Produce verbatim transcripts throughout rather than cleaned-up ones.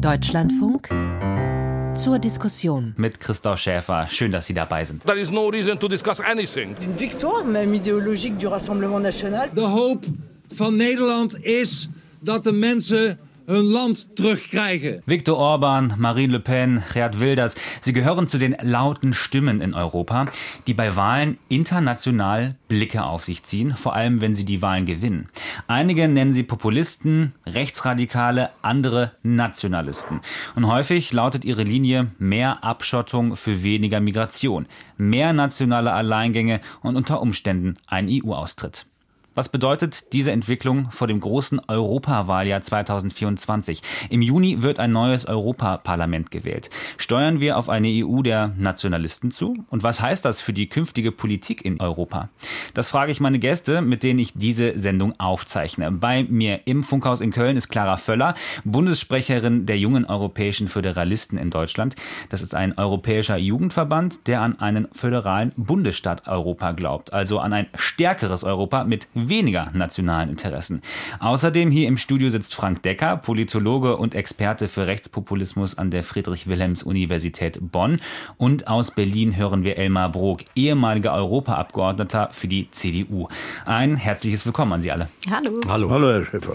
Deutschlandfunk zur Diskussion. Mit Christoph Schäfer. Schön, dass Sie dabei sind. There is no reason to discuss anything. Une victoire, même idéologique, du Rassemblement National. De hoop van Nederland is dat de mensen hun Land terugkrijgen. Viktor Orban, Marine Le Pen, Geert Wilders, sie gehören zu den lauten Stimmen in Europa, die bei Wahlen international Blicke auf sich ziehen, vor allem wenn sie die Wahlen gewinnen. Einige nennen sie Populisten, Rechtsradikale, andere Nationalisten. Und häufig lautet ihre Linie mehr Abschottung für weniger Migration, mehr nationale Alleingänge und unter Umständen ein E U-Austritt. Was bedeutet diese Entwicklung vor dem großen Europawahljahr zweitausendvierundzwanzig? Im Juni wird ein neues Europaparlament gewählt. Steuern wir auf eine E U der Nationalisten zu? Und was heißt das für die künftige Politik in Europa? Das frage ich meine Gäste, mit denen ich diese Sendung aufzeichne. Bei mir im Funkhaus in Köln ist Clara Völler, Bundessprecherin der Jungen Europäischen Föderalisten in Deutschland. Das ist ein europäischer Jugendverband, der an einen föderalen Bundesstaat Europa glaubt. Also an ein stärkeres Europa mit weniger nationalen Interessen. Außerdem hier im Studio sitzt Frank Decker, Politologe und Experte für Rechtspopulismus an der Friedrich-Wilhelms-Universität Bonn. Und aus Berlin hören wir Elmar Brok, ehemaliger Europaabgeordneter für die C D U. Ein herzliches Willkommen an Sie alle. Hallo. Hallo, Hallo Herr Schäfer.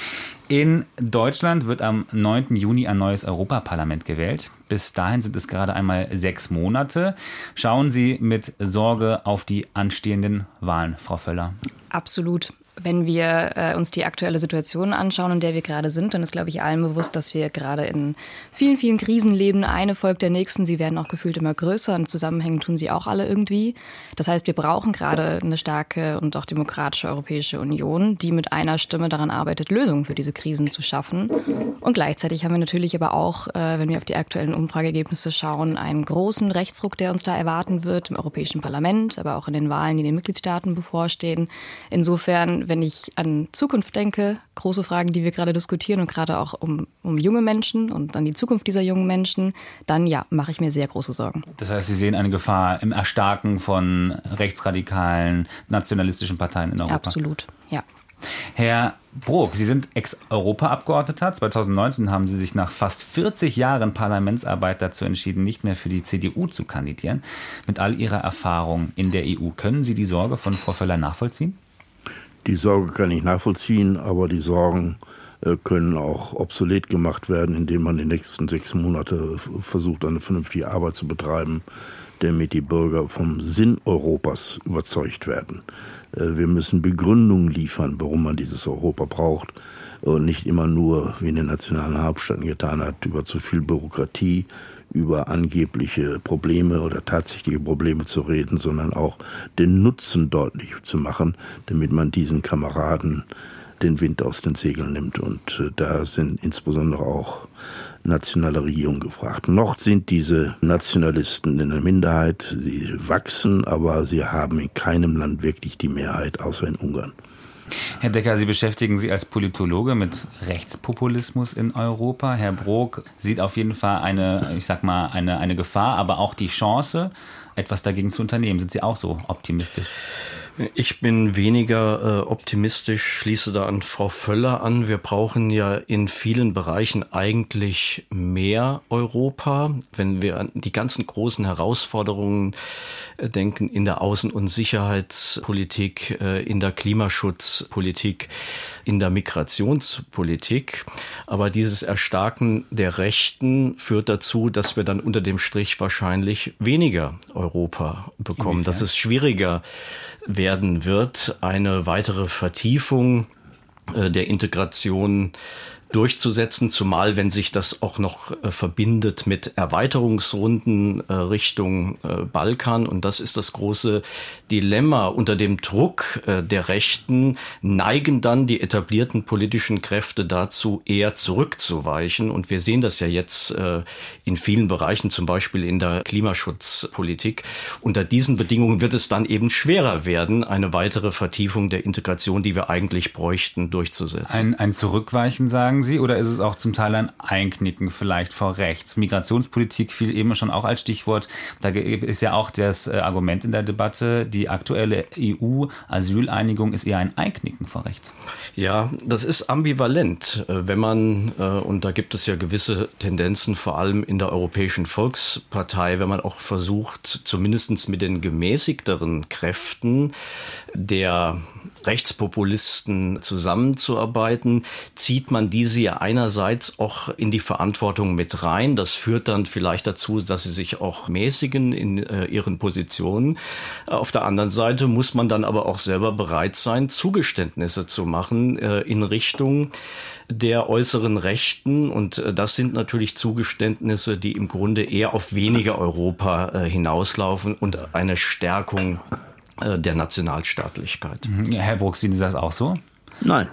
In Deutschland wird am neunten Juni ein neues Europaparlament gewählt. Bis dahin sind es gerade einmal sechs Monate. Schauen Sie mit Sorge auf die anstehenden Wahlen, Frau Völler? Absolut. Wenn wir äh, uns die aktuelle Situation anschauen, in der wir gerade sind, dann ist, glaube ich, allen bewusst, dass wir gerade in vielen, vielen Krisen leben. Eine folgt der nächsten. Sie werden auch gefühlt immer größer und zusammenhängen tun sie auch alle irgendwie. Das heißt, wir brauchen gerade eine starke und auch demokratische Europäische Union, die mit einer Stimme daran arbeitet, Lösungen für diese Krisen zu schaffen. Und gleichzeitig haben wir natürlich aber auch, äh, wenn wir auf die aktuellen Umfrageergebnisse schauen, einen großen Rechtsruck, der uns da erwarten wird im Europäischen Parlament, aber auch in den Wahlen, die in den Mitgliedstaaten bevorstehen. Insofern, wenn ich an Zukunft denke, große Fragen, die wir gerade diskutieren und gerade auch um, um junge Menschen und an die Zukunft dieser jungen Menschen, dann ja, mache ich mir sehr große Sorgen. Das heißt, Sie sehen eine Gefahr im Erstarken von rechtsradikalen, nationalistischen Parteien in Europa? Absolut, ja. Herr Brok, Sie sind Ex-Europaabgeordneter. zweitausendneunzehn haben Sie sich nach fast vierzig Jahren Parlamentsarbeit dazu entschieden, nicht mehr für die C D U zu kandidieren. Mit all Ihrer Erfahrung in der E U, können Sie die Sorge von Frau Völler nachvollziehen? Die Sorge kann ich nachvollziehen, aber die Sorgen äh, können auch obsolet gemacht werden, indem man die nächsten sechs Monate f- versucht, eine vernünftige Arbeit zu betreiben, damit die Bürger vom Sinn Europas überzeugt werden. Äh, wir müssen Begründungen liefern, warum man dieses Europa braucht und nicht immer nur, wie in den nationalen Hauptstädten getan hat, über zu viel Bürokratie, über angebliche Probleme oder tatsächliche Probleme zu reden, sondern auch den Nutzen deutlich zu machen, damit man diesen Kameraden den Wind aus den Segeln nimmt. Und da sind insbesondere auch nationale Regierungen gefragt. Noch sind diese Nationalisten in der Minderheit. Sie wachsen, aber sie haben in keinem Land wirklich die Mehrheit, außer in Ungarn. Herr Decker, Sie beschäftigen sich als Politologe mit Rechtspopulismus in Europa. Herr Brok sieht auf jeden Fall eine, ich sag mal, eine, eine Gefahr, aber auch die Chance, etwas dagegen zu unternehmen. Sind Sie auch so optimistisch? Ich bin weniger äh, optimistisch, schließe da an Frau Völler an. Wir brauchen ja in vielen Bereichen eigentlich mehr Europa. Wenn wir an die ganzen großen Herausforderungen äh, denken, in der Außen- und Sicherheitspolitik, äh, in der Klimaschutzpolitik, in der Migrationspolitik. Aber dieses Erstarken der Rechten führt dazu, dass wir dann unter dem Strich wahrscheinlich weniger Europa bekommen. Inwiefern? Dass es schwieriger werden wird, eine weitere Vertiefung äh, der Integration durchzusetzen, zumal wenn sich das auch noch äh, verbindet mit Erweiterungsrunden äh, Richtung äh, Balkan. Und das ist das große Dilemma. Unter dem Druck äh, der Rechten neigen dann die etablierten politischen Kräfte dazu, eher zurückzuweichen. Und wir sehen das ja jetzt äh, in vielen Bereichen, zum Beispiel in der Klimaschutzpolitik. Unter diesen Bedingungen wird es dann eben schwerer werden, eine weitere Vertiefung der Integration, die wir eigentlich bräuchten, durchzusetzen. Ein, ein Zurückweichen, sagen sagen Sie, oder ist es auch zum Teil ein Einknicken vielleicht vor rechts? Migrationspolitik fiel eben schon auch als Stichwort. Da ist ja auch das Argument in der Debatte, die aktuelle E U-Asyleinigung ist eher ein Einknicken vor rechts. Ja, das ist ambivalent. Wenn man, und da gibt es ja gewisse Tendenzen, vor allem in der Europäischen Volkspartei, wenn man auch versucht, zumindest mit den gemäßigteren Kräften der Rechtspopulisten zusammenzuarbeiten, zieht man diese ja einerseits auch in die Verantwortung mit rein. Das führt dann vielleicht dazu, dass sie sich auch mäßigen in äh, ihren Positionen. Auf der anderen Seite muss man dann aber auch selber bereit sein, Zugeständnisse zu machen äh, in Richtung der äußeren Rechten. Und äh, das sind natürlich Zugeständnisse, die im Grunde eher auf weniger Europa äh, hinauslaufen und eine Stärkung der Nationalstaatlichkeit. Herr Bruck, sehen Sie das auch so? Nein.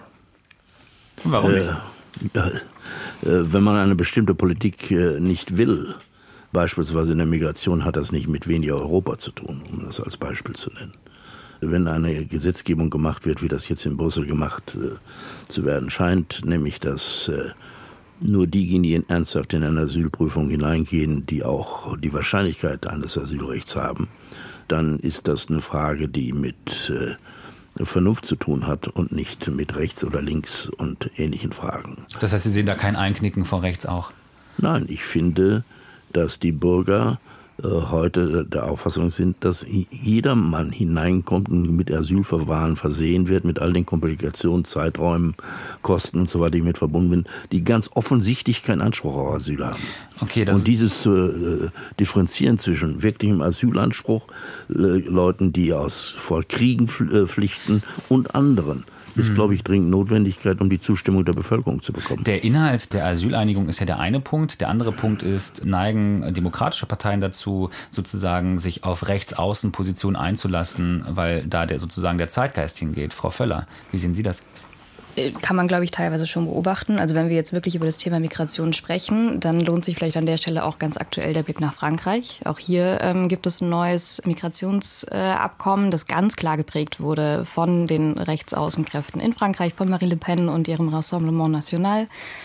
Warum nicht? Äh, äh, wenn man eine bestimmte Politik äh, nicht will, beispielsweise in der Migration, hat das nicht mit weniger Europa zu tun, um das als Beispiel zu nennen. Wenn eine Gesetzgebung gemacht wird, wie das jetzt in Brüssel gemacht äh, zu werden scheint, nämlich dass äh, nur diejenigen ernsthaft in eine Asylprüfung hineingehen, die auch die Wahrscheinlichkeit eines Asylrechts haben, dann ist das eine Frage, die mit äh, Vernunft zu tun hat und nicht mit rechts oder links und ähnlichen Fragen. Das heißt, Sie sehen da kein Einknicken vor rechts auch? Nein, ich finde, dass die Bürger äh, heute der Auffassung sind, dass jeder Mann hineinkommt und mit Asylverfahren versehen wird, mit all den Komplikationen, Zeiträumen, Kosten und so weiter, die mit verbunden sind, die ganz offensichtlich keinen Anspruch auf Asyl haben. Okay, das und dieses zu äh, differenzieren zwischen wirklichem Asylanspruch, äh, Leuten, die aus vor Kriegen fl- äh, flüchten und anderen, ist, glaube ich, dringend Notwendigkeit, um die Zustimmung der Bevölkerung zu bekommen. Der Inhalt der Asyleinigung ist ja der eine Punkt. Der andere Punkt ist, neigen demokratische Parteien dazu, sozusagen sich auf Rechtsaußenpositionen einzulassen, weil da der sozusagen der Zeitgeist hingeht. Frau Völler, wie sehen Sie das? Kann man, glaube ich, teilweise schon beobachten. Also wenn wir jetzt wirklich über das Thema Migration sprechen, dann lohnt sich vielleicht an der Stelle auch ganz aktuell der Blick nach Frankreich. Auch hier ähm, gibt es ein neues Migrationsabkommen, äh, das ganz klar geprägt wurde von den Rechtsaußenkräften in Frankreich, von Marine Le Pen und ihrem Rassemblement National.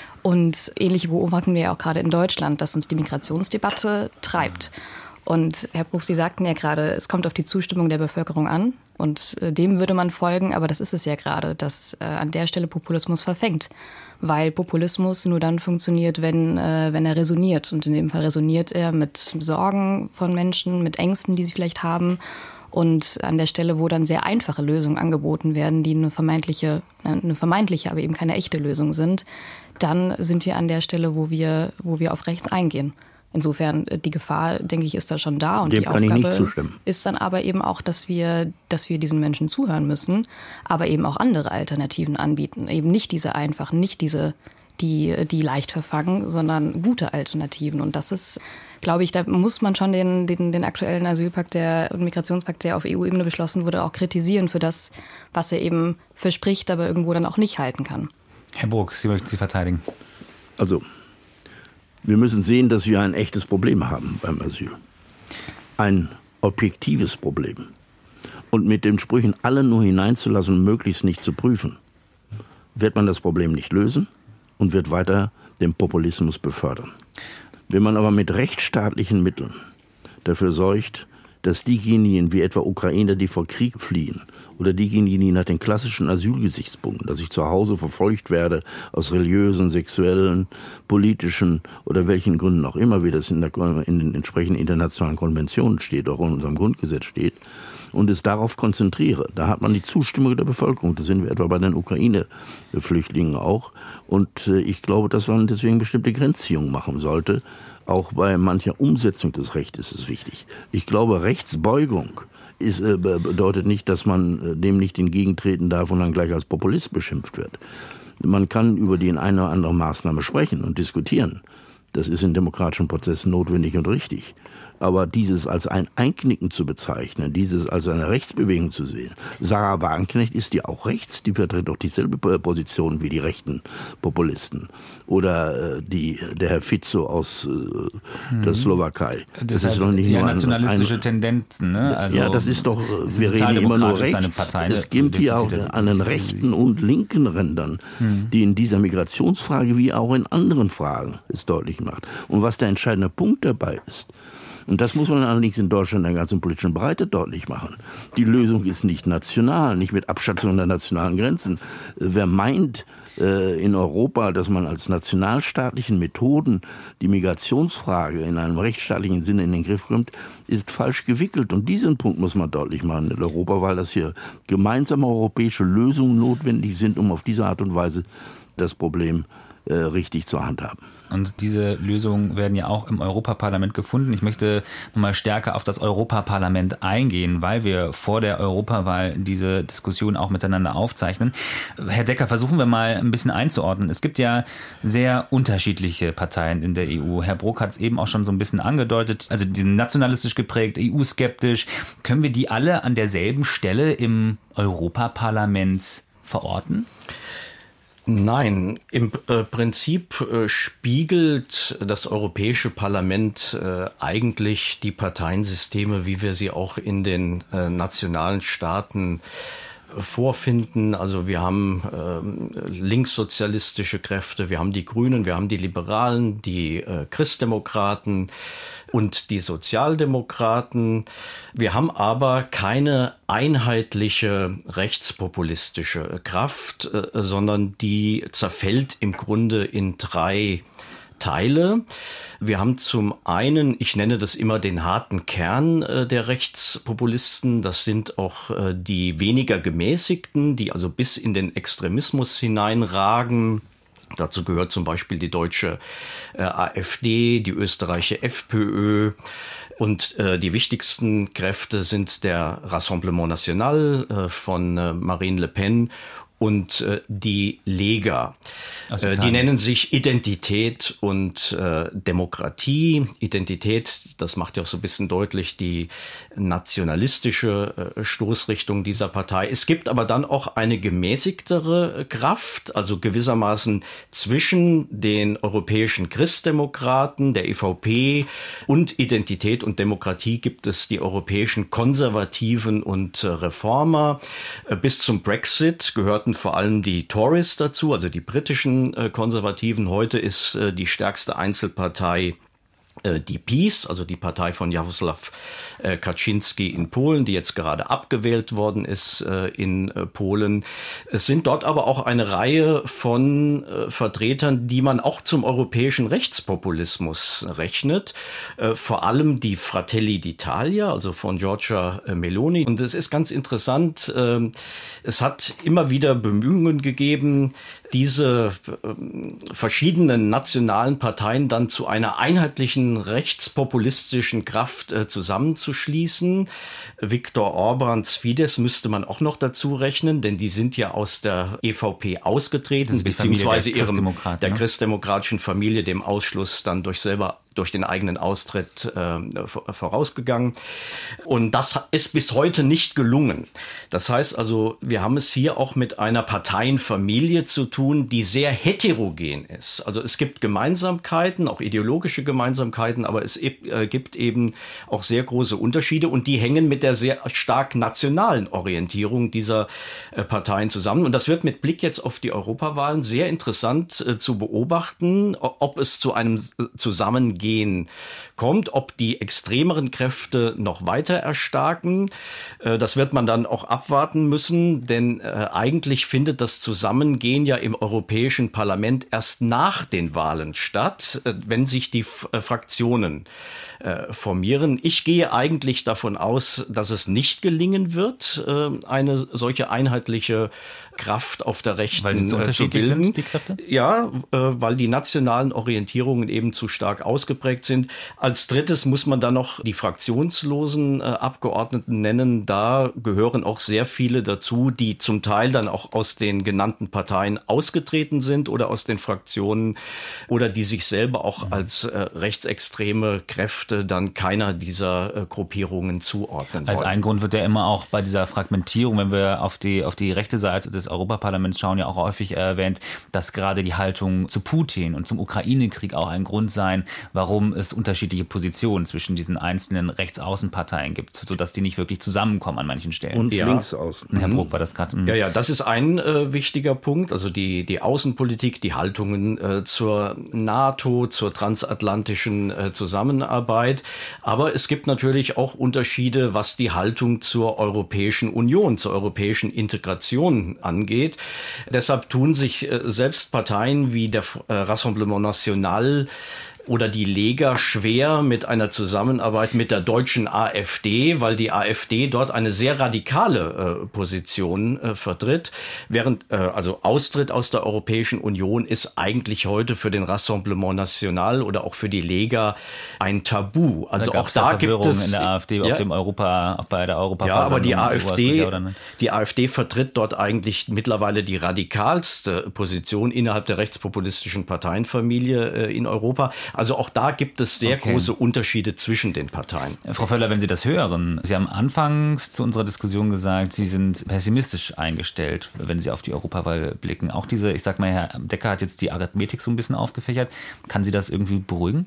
Und ähnlich beobachten wir ja auch gerade in Deutschland, dass uns die Migrationsdebatte treibt. Und Herr Bruch, Sie sagten ja gerade, es kommt auf die Zustimmung der Bevölkerung an und äh, dem würde man folgen, aber das ist es ja gerade, dass äh, an der Stelle Populismus verfängt, weil Populismus nur dann funktioniert, wenn, äh, wenn er resoniert und in dem Fall resoniert er mit Sorgen von Menschen, mit Ängsten, die sie vielleicht haben und an der Stelle, wo dann sehr einfache Lösungen angeboten werden, die eine vermeintliche, eine vermeintliche, aber eben keine echte Lösung sind, dann sind wir an der Stelle, wo wir, wo wir auf rechts eingehen. Insofern, die Gefahr, denke ich, ist da schon da. Und Dem die kann Aufgabe ich nicht zustimmen. Ist dann aber eben auch, dass wir, dass wir diesen Menschen zuhören müssen, aber eben auch andere Alternativen anbieten. Eben nicht diese einfachen, nicht diese, die, die leicht verfangen, sondern gute Alternativen. Und das ist, glaube ich, da muss man schon den, den, den aktuellen Asylpakt der, und Migrationspakt, der auf E U-Ebene beschlossen wurde, auch kritisieren für das, was er eben verspricht, aber irgendwo dann auch nicht halten kann. Herr Bruck, Sie möchten Sie verteidigen. Also, wir müssen sehen, dass wir ein echtes Problem haben beim Asyl. Ein objektives Problem. Und mit den Sprüchen, alle nur hineinzulassen, möglichst nicht zu prüfen, wird man das Problem nicht lösen und wird weiter den Populismus befördern. Wenn man aber mit rechtsstaatlichen Mitteln dafür sorgt, dass diejenigen wie etwa Ukrainer, die vor Krieg fliehen, oder diejenigen, die nach den klassischen Asylgesichtspunkten, dass ich zu Hause verfolgt werde aus religiösen, sexuellen, politischen oder welchen Gründen auch immer, wie das in, der, in den entsprechenden internationalen Konventionen steht, auch in unserem Grundgesetz steht, und es darauf konzentriere. Da hat man die Zustimmung der Bevölkerung. Das sehen wir etwa bei den Ukraine-Flüchtlingen auch. Und ich glaube, dass man deswegen bestimmte Grenzziehungen machen sollte. Auch bei mancher Umsetzung des Rechts ist es wichtig. Ich glaube, Rechtsbeugung Ist, äh, bedeutet nicht, dass man äh, dem nicht entgegentreten darf und dann gleich als Populist beschimpft wird. Man kann über die eine oder andere Maßnahme sprechen und diskutieren. Das ist in demokratischen Prozessen notwendig und richtig. Aber dieses als ein Einknicken zu bezeichnen, dieses als eine Rechtsbewegung zu sehen. Sarah Wagenknecht ist ja auch rechts, die vertritt doch dieselbe Position wie die rechten Populisten. Oder äh, die, der Herr Fico aus äh, der Slowakei. Das, das ist doch nicht nur nationalistische ein, ein, Tendenzen, ne? Also ja, das ist doch, wir reden immer nur rechts. Partei, es gibt hier auch an den rechten und linken Rändern, hm. die in dieser Migrationsfrage wie auch in anderen Fragen es deutlich macht. Und was der entscheidende Punkt dabei ist, und das muss man allerdings in Deutschland in der ganzen politischen Breite deutlich machen. Die Lösung ist nicht national, nicht mit Abschatzung der nationalen Grenzen. Wer meint äh, in Europa, dass man als nationalstaatlichen Methoden die Migrationsfrage in einem rechtsstaatlichen Sinne in den Griff kommt, ist falsch gewickelt. Und diesen Punkt muss man deutlich machen in Europa, weil das hier gemeinsame europäische Lösungen notwendig sind, um auf diese Art und Weise das Problem äh, richtig zu handhaben. Und diese Lösungen werden ja auch im Europaparlament gefunden. Ich möchte nochmal stärker auf das Europaparlament eingehen, weil wir vor der Europawahl diese Diskussion auch miteinander aufzeichnen. Herr Decker, versuchen wir mal ein bisschen einzuordnen. Es gibt ja sehr unterschiedliche Parteien in der E U. Herr Brok hat es eben auch schon so ein bisschen angedeutet. Also die sind nationalistisch geprägt, E U-skeptisch. Können wir die alle an derselben Stelle im Europaparlament verorten? Nein, im äh, Prinzip äh, spiegelt das Europäische Parlament äh, eigentlich die Parteiensysteme, wie wir sie auch in den äh, nationalen Staaten äh, vorfinden. Also wir haben äh, linkssozialistische Kräfte, wir haben die Grünen, wir haben die Liberalen, die äh, Christdemokraten und die Sozialdemokraten. Wir haben aber keine einheitliche rechtspopulistische Kraft, äh, sondern die zerfällt im Grunde in drei Teile. Wir haben zum einen, ich nenne das immer den harten Kern äh, der Rechtspopulisten. Das sind auch äh, die weniger gemäßigten, die also bis in den Extremismus hineinragen. Dazu gehört zum Beispiel die deutsche äh, AfD, die österreichische FPÖ und äh, die wichtigsten Kräfte sind der Rassemblement National äh, von äh, Marine Le Pen und äh, die Lega. Äh, die nennen sich Identität und äh, Demokratie. Identität, das macht ja auch so ein bisschen deutlich die nationalistische äh, Stoßrichtung dieser Partei. Es gibt aber dann auch eine gemäßigtere Kraft, also gewissermaßen zwischen den europäischen Christdemokraten, der E V P und Identität und Demokratie gibt es die europäischen Konservativen und äh, Reformer. Äh, bis zum Brexit gehörten vor allem die Tories dazu, also die britischen äh, Konservativen. Heute ist äh, die stärkste Einzelpartei äh, die PiS, also die Partei von Jarosław äh, Kaczynski in Polen, die jetzt gerade abgewählt worden ist äh, in äh, Polen. Es sind dort aber auch eine Reihe von äh, Vertretern, die man auch zum europäischen Rechtspopulismus rechnet. Äh, vor allem die Fratelli d'Italia, also von Giorgia Meloni. Und es ist ganz interessant, äh, es hat immer wieder Bemühungen gegeben, diese äh, verschiedenen nationalen Parteien dann zu einer einheitlichen rechtspopulistischen Kraft äh, zusammenzuschließen. Viktor Orbáns Fidesz müsste man auch noch dazu rechnen, denn die sind ja aus der E V P ausgetreten, beziehungsweise der ihrem der ne? christdemokratischen Familie dem Ausschluss dann durch selber durch den eigenen Austritt äh, vorausgegangen. Und das ist bis heute nicht gelungen. Das heißt also, wir haben es hier auch mit einer Parteienfamilie zu tun, die sehr heterogen ist. Also es gibt Gemeinsamkeiten, auch ideologische Gemeinsamkeiten, aber es äh, gibt eben auch sehr große Unterschiede und die hängen mit der sehr stark nationalen Orientierung dieser äh, Parteien zusammen. Und das wird mit Blick jetzt auf die Europawahlen sehr interessant äh, zu beobachten, ob es zu einem Zusammengehen kommt, ob die extremeren Kräfte noch weiter erstarken. Das wird man dann auch abwarten müssen, denn eigentlich findet das Zusammengehen ja im Europäischen Parlament erst nach den Wahlen statt, wenn sich die Fraktionen formieren. Ich gehe eigentlich davon aus, dass es nicht gelingen wird, eine solche einheitliche Kraft auf der Rechten weil sie so zu bilden. Sind, die Kräfte? Ja, weil die nationalen Orientierungen eben zu stark ausgeprägt ausgeprägt sind. Als drittes muss man dann noch die fraktionslosen äh, Abgeordneten nennen. Da gehören auch sehr viele dazu, die zum Teil dann auch aus den genannten Parteien ausgetreten sind oder aus den Fraktionen oder die sich selber auch als äh, rechtsextreme Kräfte dann keiner dieser äh, Gruppierungen zuordnen wollen. Als ein Grund wird ja immer auch bei dieser Fragmentierung, wenn wir auf die, auf die rechte Seite des Europaparlaments schauen, ja auch häufig erwähnt, dass gerade die Haltung zu Putin und zum Ukraine-Krieg auch ein Grund sein, warum es unterschiedliche Positionen zwischen diesen einzelnen Rechtsaußenparteien gibt, sodass die nicht wirklich zusammenkommen an manchen Stellen. Und ja. Linksaußen. Herr Brok war das gerade. Ja, ja, das ist ein äh, wichtiger Punkt, also die, die Außenpolitik, die Haltungen äh, zur NATO, zur transatlantischen äh, Zusammenarbeit. Aber es gibt natürlich auch Unterschiede, was die Haltung zur Europäischen Union, zur europäischen Integration angeht. Deshalb tun sich äh, selbst Parteien wie der äh, Rassemblement National oder die Lega schwer mit einer Zusammenarbeit mit der deutschen AfD, weil die AfD dort eine sehr radikale äh, Position äh, vertritt, während äh, also Austritt aus der Europäischen Union ist eigentlich heute für den Rassemblement National oder auch für die Lega ein Tabu. Also da auch da gibt es in der AfD ja, auf dem Europa, auch bei der Europaversammlung. Ja, aber die AfD, ja, die AfD vertritt dort eigentlich mittlerweile die radikalste Position innerhalb der rechtspopulistischen Parteienfamilie äh, in Europa. Also auch da gibt es sehr okay. große Unterschiede zwischen den Parteien. Frau Völler, wenn Sie das hören, Sie haben anfangs zu unserer Diskussion gesagt, Sie sind pessimistisch eingestellt, wenn Sie auf die Europawahl blicken. Auch diese, ich sag mal, Herr Decker hat jetzt die Arithmetik so ein bisschen aufgefächert. Kann Sie das irgendwie beruhigen?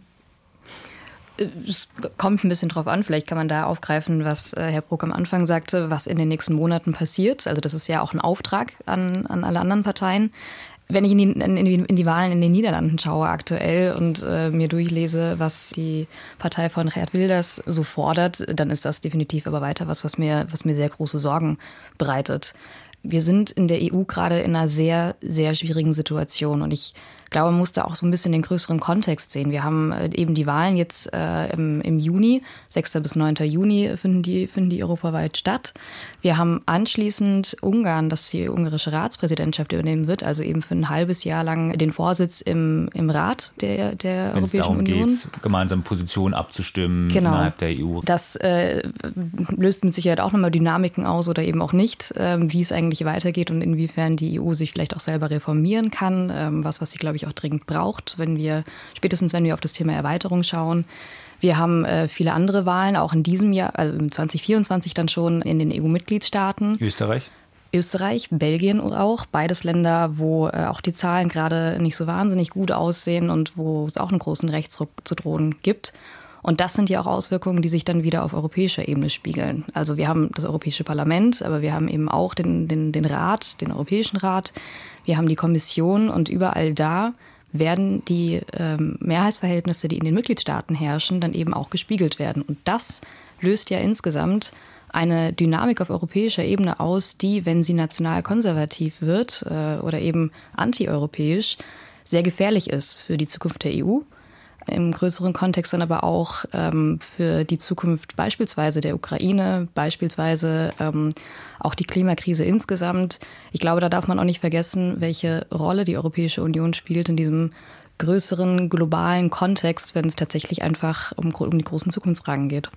Es kommt ein bisschen drauf an. Vielleicht kann man da aufgreifen, was Herr Brok am Anfang sagte, was in den nächsten Monaten passiert. Also das ist ja auch ein Auftrag an, an alle anderen Parteien. Wenn ich in die, in, die, in die Wahlen in den Niederlanden schaue aktuell und äh, mir durchlese, was die Partei von Geert Wilders so fordert, dann ist das definitiv aber weiter was, was mir, was mir sehr große Sorgen bereitet. Wir sind in der E U gerade in einer sehr, sehr schwierigen Situation und ich glaube, man muss da auch so ein bisschen den größeren Kontext sehen. Wir haben eben die Wahlen jetzt äh, im, im Juni, sechster bis neunter Juni finden die, finden die europaweit statt. Wir haben anschließend Ungarn, das die ungarische Ratspräsidentschaft übernehmen wird, also eben für ein halbes Jahr lang den Vorsitz im, im Rat der, der Wenn Europäischen es darum Union. geht, gemeinsam Positionen abzustimmen genau. innerhalb der E U. Das äh, löst mit Sicherheit auch nochmal Dynamiken aus oder eben auch nicht, äh, wie es eigentlich weitergeht und inwiefern die E U sich vielleicht auch selber reformieren kann, äh, was, was sie, glaube ich, auch dringend braucht, wenn wir, spätestens wenn wir auf das Thema Erweiterung schauen. Wir haben äh, viele andere Wahlen, auch in diesem Jahr, also zwanzig vierundzwanzig dann schon in den E U-Mitgliedstaaten. Österreich? Österreich, Belgien auch, beides Länder, wo äh, auch die Zahlen gerade nicht so wahnsinnig gut aussehen und wo es auch einen großen Rechtsruck zu drohen gibt. Und das sind ja auch Auswirkungen, die sich dann wieder auf europäischer Ebene spiegeln. Also wir haben das Europäische Parlament, aber wir haben eben auch den, den, den Rat, den Europäischen Rat. Wir haben die Kommission und überall da werden die ähm, Mehrheitsverhältnisse, die in den Mitgliedstaaten herrschen, dann eben auch gespiegelt werden. Und das löst ja insgesamt eine Dynamik auf europäischer Ebene aus, die, wenn sie national konservativ wird äh, oder eben antieuropäisch, sehr gefährlich ist für die Zukunft der E U. Im größeren Kontext dann aber auch ähm, für die Zukunft beispielsweise der Ukraine, beispielsweise ähm, auch die Klimakrise insgesamt. Ich glaube, da darf man auch nicht vergessen, welche Rolle die Europäische Union spielt in diesem größeren globalen Kontext, wenn es tatsächlich einfach um, um die großen Zukunftsfragen geht.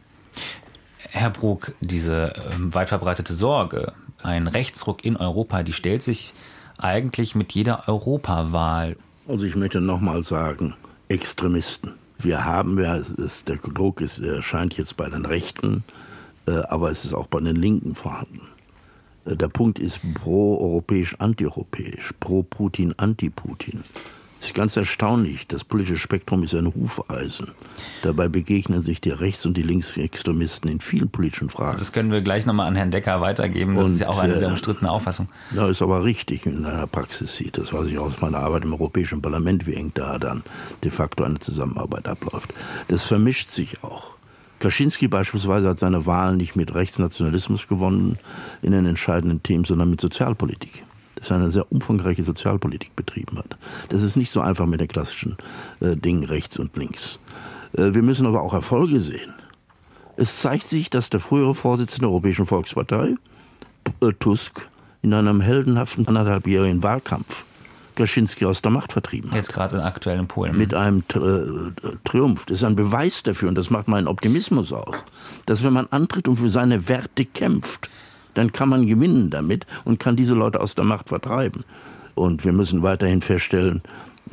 Herr Brok, diese ähm, weit verbreitete Sorge, ein Rechtsruck in Europa, die stellt sich eigentlich mit jeder Europawahl. Also ich möchte noch mal sagen, Extremisten. Wir haben, ja, es, der Druck ist, erscheint jetzt bei den Rechten, äh, aber es ist auch bei den Linken vorhanden. Äh, der Punkt ist pro-europäisch, anti-europäisch, pro-Putin, anti-Putin. Es ist ganz erstaunlich, das politische Spektrum ist ein Hufeisen. Dabei begegnen sich die Rechts- und die Linksextremisten in vielen politischen Fragen. Das können wir gleich nochmal an Herrn Decker weitergeben. Das und, ist ja auch eine äh, sehr umstrittene Auffassung. Ja, ist aber richtig, in einer Praxis sieht. Das weiß ich aus meiner Arbeit im Europäischen Parlament, wie eng da dann de facto eine Zusammenarbeit abläuft. Das vermischt sich auch. Kaczynski beispielsweise hat seine Wahlen nicht mit Rechtsnationalismus gewonnen in den entscheidenden Themen, sondern mit Sozialpolitik. Dass er eine sehr umfangreiche Sozialpolitik betrieben hat. Das ist nicht so einfach mit den klassischen äh, Dingen rechts und links. Äh, wir müssen aber auch Erfolge sehen. Es zeigt sich, dass der frühere Vorsitzende der Europäischen Volkspartei, äh, Tusk, in einem heldenhaften anderthalbjährigen Wahlkampf Kaczynski aus der Macht vertrieben hat. Jetzt gerade aktuell in Polen. Mit einem äh, Triumph. Das ist ein Beweis dafür, und das macht meinen Optimismus aus, dass wenn man antritt und für seine Werte kämpft, dann kann man gewinnen damit und kann diese Leute aus der Macht vertreiben. Und wir müssen weiterhin feststellen,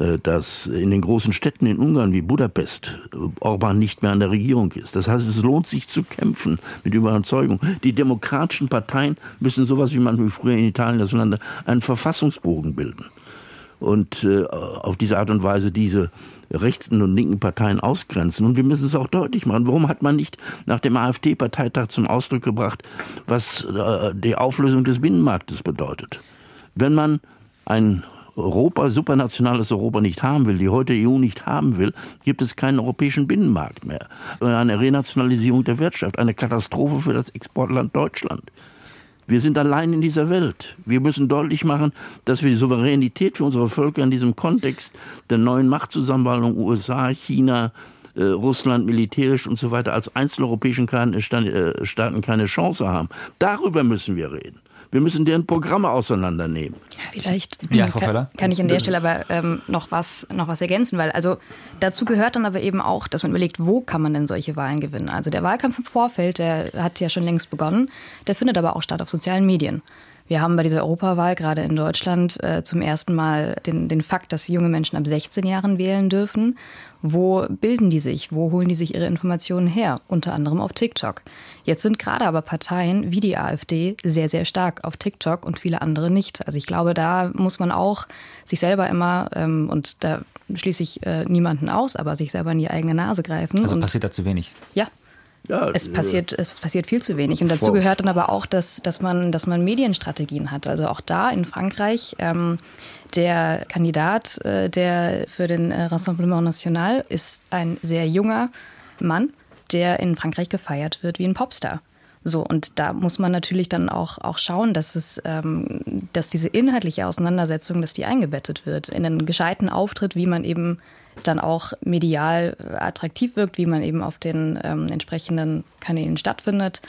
dass in den großen Städten in Ungarn wie Budapest Orban nicht mehr an der Regierung ist. Das heißt, es lohnt sich zu kämpfen mit Überzeugung. Die demokratischen Parteien müssen sowas, wie man wie früher in Italien das Land, einen Verfassungsbogen bilden. Und äh, auf diese Art und Weise diese rechten und linken Parteien ausgrenzen. Und wir müssen es auch deutlich machen. Warum hat man nicht nach dem AfD-Parteitag zum Ausdruck gebracht, was äh, die Auflösung des Binnenmarktes bedeutet? Wenn man ein Europa, supranationales Europa nicht haben will, die heute E U nicht haben will, gibt es keinen europäischen Binnenmarkt mehr. Eine Renationalisierung der Wirtschaft, eine Katastrophe für das Exportland Deutschland. Wir sind allein in dieser Welt. Wir müssen deutlich machen, dass wir die Souveränität für unsere Völker in diesem Kontext der neuen Machtzusammenwandlung U S A, China, äh, Russland militärisch und so weiter als einzeleuropäischen Staaten keine Chance haben. Darüber müssen wir reden. Wir müssen deren Programme auseinandernehmen. Vielleicht ja, Frau kann, kann ich an der Stelle aber ähm, noch was noch was ergänzen, weil also dazu gehört dann aber eben auch, dass man überlegt, wo kann man denn solche Wahlen gewinnen? Also der Wahlkampf im Vorfeld, der hat ja schon längst begonnen, der findet aber auch statt auf sozialen Medien. Wir haben bei dieser Europawahl gerade in Deutschland äh, zum ersten Mal den, den Fakt, dass junge Menschen ab sechzehn Jahren wählen dürfen. Wo bilden die sich? Wo holen die sich ihre Informationen her? Unter anderem auf TikTok. Jetzt sind gerade aber Parteien wie die AfD sehr, sehr stark auf TikTok und viele andere nicht. Also ich glaube, da muss man auch sich selber immer, ähm, und da schließe ich äh, niemanden aus, aber sich selber in die eigene Nase greifen. Also und, passiert da zu wenig? Ja. Ja, es passiert, es passiert viel zu wenig. Und dazu gehört dann aber auch, dass, dass, man, dass man Medienstrategien hat. Also auch da in Frankreich, ähm, der Kandidat, äh, der für den äh, Rassemblement National ist ein sehr junger Mann, der in Frankreich gefeiert wird wie ein Popstar. So, und da muss man natürlich dann auch, auch schauen, dass es, ähm, dass diese inhaltliche Auseinandersetzung, dass die eingebettet wird in einen gescheiten Auftritt, wie man eben dann auch medial attraktiv wirkt, wie man eben auf den ähm, entsprechenden Kanälen stattfindet.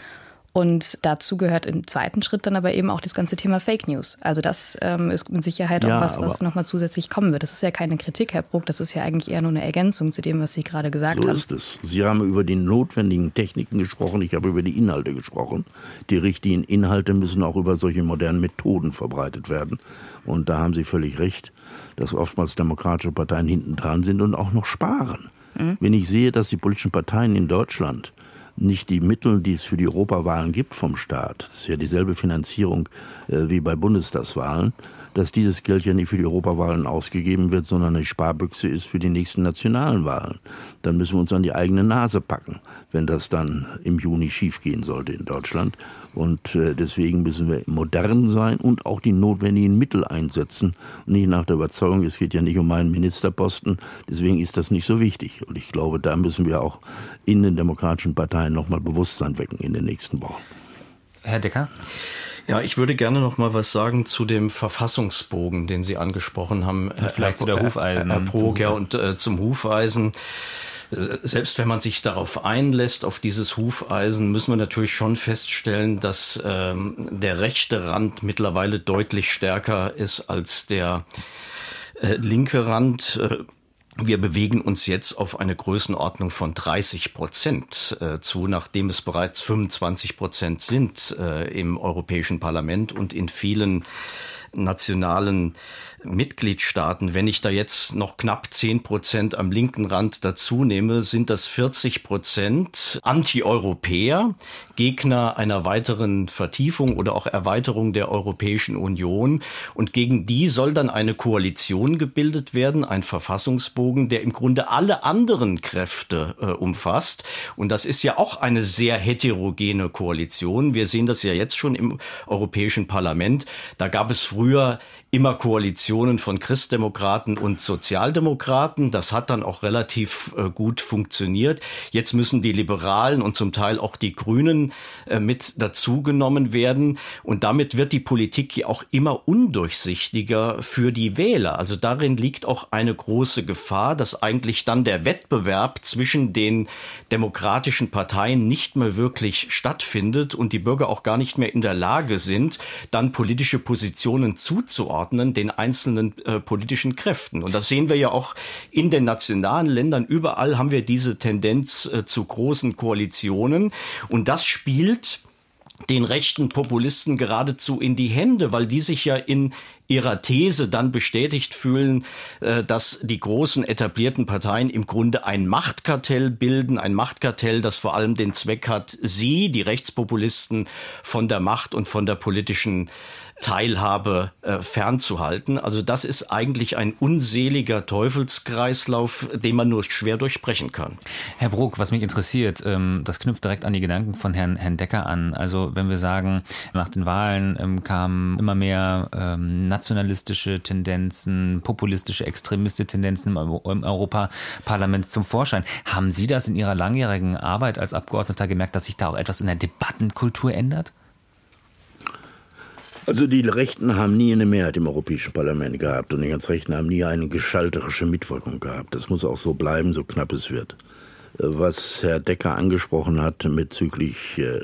Und dazu gehört im zweiten Schritt dann aber eben auch das ganze Thema Fake News. Also das ähm, ist mit Sicherheit auch ja, was, was nochmal zusätzlich kommen wird. Das ist ja keine Kritik, Herr Brugg, das ist ja eigentlich eher nur eine Ergänzung zu dem, was Sie gerade gesagt so haben. So ist es. Sie haben über die notwendigen Techniken gesprochen, ich habe über die Inhalte gesprochen. Die richtigen Inhalte müssen auch über solche modernen Methoden verbreitet werden. Und da haben Sie völlig recht, dass oftmals demokratische Parteien hinten dran sind und auch noch sparen. Mhm. Wenn ich sehe, dass die politischen Parteien in Deutschland nicht die Mittel, die es für die Europawahlen gibt vom Staat, das ist ja dieselbe Finanzierung äh, wie bei Bundestagswahlen, dass dieses Geld ja nicht für die Europawahlen ausgegeben wird, sondern eine Sparbüchse ist für die nächsten nationalen Wahlen. Dann müssen wir uns an die eigene Nase packen, wenn das dann im Juni schiefgehen sollte in Deutschland. Und äh, deswegen müssen wir modern sein und auch die notwendigen Mittel einsetzen. Und nicht nach der Überzeugung, es geht ja nicht um meinen Ministerposten, deswegen ist das nicht so wichtig. Und ich glaube, da müssen wir auch in den demokratischen Parteien nochmal Bewusstsein wecken in den nächsten Wochen. Herr Decker? Ja, ich würde gerne noch mal was sagen zu dem Verfassungsbogen, den Sie angesprochen haben. Und vielleicht zu der Hufeisen. Herr Brugg, ja, und äh, zum Hufeisen. Selbst wenn man sich darauf einlässt, auf dieses Hufeisen, müssen wir natürlich schon feststellen, dass ähm, der rechte Rand mittlerweile deutlich stärker ist als der äh, linke Rand. Äh, Wir bewegen uns jetzt auf eine Größenordnung von dreißig Prozent äh, zu, nachdem es bereits fünfundzwanzig Prozent sind äh, im Europäischen Parlament und in vielen nationalen Mitgliedstaaten. Wenn ich da jetzt noch knapp zehn Prozent am linken Rand dazu nehme, sind das vierzig Prozent Anti-Europäer, Gegner einer weiteren Vertiefung oder auch Erweiterung der Europäischen Union. Und gegen die soll dann eine Koalition gebildet werden, ein Verfassungsbogen, der im Grunde alle anderen Kräfte äh, umfasst. Und das ist ja auch eine sehr heterogene Koalition. Wir sehen das ja jetzt schon im Europäischen Parlament. Da gab es früher immer Koalitionen von Christdemokraten und Sozialdemokraten. Das hat dann auch relativ äh, gut funktioniert. Jetzt müssen die Liberalen und zum Teil auch die Grünen äh, mit dazugenommen werden. Und damit wird die Politik ja auch immer undurchsichtiger für die Wähler. Also darin liegt auch eine große Gefahr, dass eigentlich dann der Wettbewerb zwischen den demokratischen Parteien nicht mehr wirklich stattfindet und die Bürger auch gar nicht mehr in der Lage sind, dann politische Positionen zuzuordnen. unterzuordnen den einzelnen äh, politischen Kräften. Und das sehen wir ja auch in den nationalen Ländern. Überall haben wir diese Tendenz äh, zu großen Koalitionen. Und das spielt den rechten Populisten geradezu in die Hände, weil die sich ja in ihrer These dann bestätigt fühlen, dass die großen etablierten Parteien im Grunde ein Machtkartell bilden, ein Machtkartell, das vor allem den Zweck hat, sie, die Rechtspopulisten, von der Macht und von der politischen Teilhabe äh, fernzuhalten. Also das ist eigentlich ein unseliger Teufelskreislauf, den man nur schwer durchbrechen kann. Herr Brok, was mich interessiert, ähm, das knüpft direkt an die Gedanken von Herrn, Herrn Decker an. Also wenn wir sagen, nach den Wahlen ähm, kamen immer mehr ähm, nationalistische Tendenzen, populistische, extremistische Tendenzen im, im Europaparlament zum Vorschein. Haben Sie das in Ihrer langjährigen Arbeit als Abgeordneter gemerkt, dass sich da auch etwas in der Debattenkultur ändert? Also die Rechten haben nie eine Mehrheit im Europäischen Parlament gehabt und die ganz Rechten haben nie eine gestalterische Mitwirkung gehabt. Das muss auch so bleiben, so knapp es wird. Was Herr Decker angesprochen hat bezüglich äh,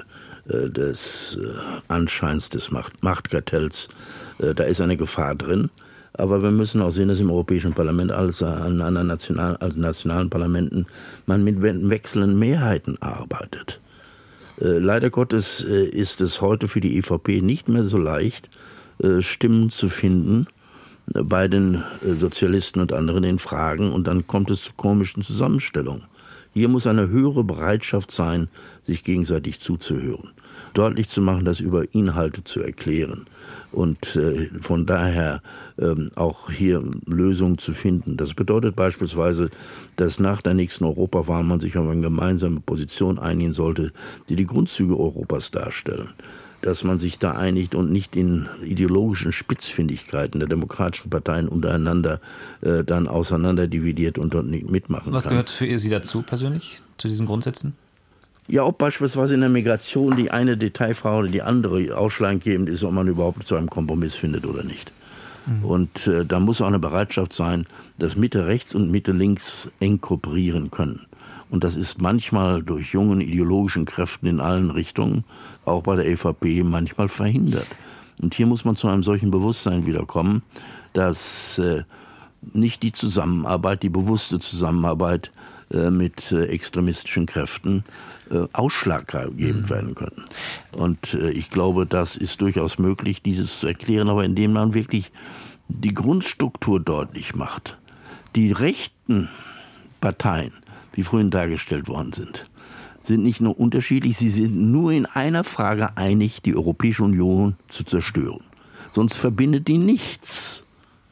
des äh, Anscheins des Macht- Machtkartells, äh, da ist eine Gefahr drin. Aber wir müssen auch sehen, dass im Europäischen Parlament als an anderen nationalen, also nationalen Parlamenten man mit wechselnden Mehrheiten arbeitet. Äh, leider Gottes äh, ist es heute für die E V P nicht mehr so leicht, äh, Stimmen zu finden äh, bei den äh, Sozialisten und anderen in Fragen. Und dann kommt es zu komischen Zusammenstellungen. Hier muss eine höhere Bereitschaft sein, sich gegenseitig zuzuhören. Deutlich zu machen, das über Inhalte zu erklären. Und äh, von daher ähm, auch hier Lösungen zu finden. Das bedeutet beispielsweise, dass nach der nächsten Europawahl man sich auf eine gemeinsame Position einigen sollte, die die Grundzüge Europas darstellen. Dass man sich da einigt und nicht in ideologischen Spitzfindigkeiten der demokratischen Parteien untereinander äh, dann auseinanderdividiert und dort nicht mitmachen Was kann. gehört für Sie dazu persönlich, zu diesen Grundsätzen? Ja, ob beispielsweise in der Migration die eine Detailfrage oder die andere ausschlaggebend ist, ob man überhaupt zu einem Kompromiss findet oder nicht. Mhm. Und äh, da muss auch eine Bereitschaft sein, dass Mitte rechts und Mitte links eng kooperieren können. Und das ist manchmal durch jungen ideologischen Kräften in allen Richtungen, auch bei der E V P, manchmal verhindert. Und hier muss man zu einem solchen Bewusstsein wiederkommen, dass äh, nicht die Zusammenarbeit, die bewusste Zusammenarbeit äh, mit äh, extremistischen Kräften äh, ausschlaggebend mhm. werden können. Und äh, ich glaube, das ist durchaus möglich, dieses zu erklären, aber indem man wirklich die Grundstruktur deutlich macht. Die rechten Parteien, wie vorhin dargestellt worden sind, sind nicht nur unterschiedlich, sie sind nur in einer Frage einig, die Europäische Union zu zerstören. Sonst verbindet die nichts.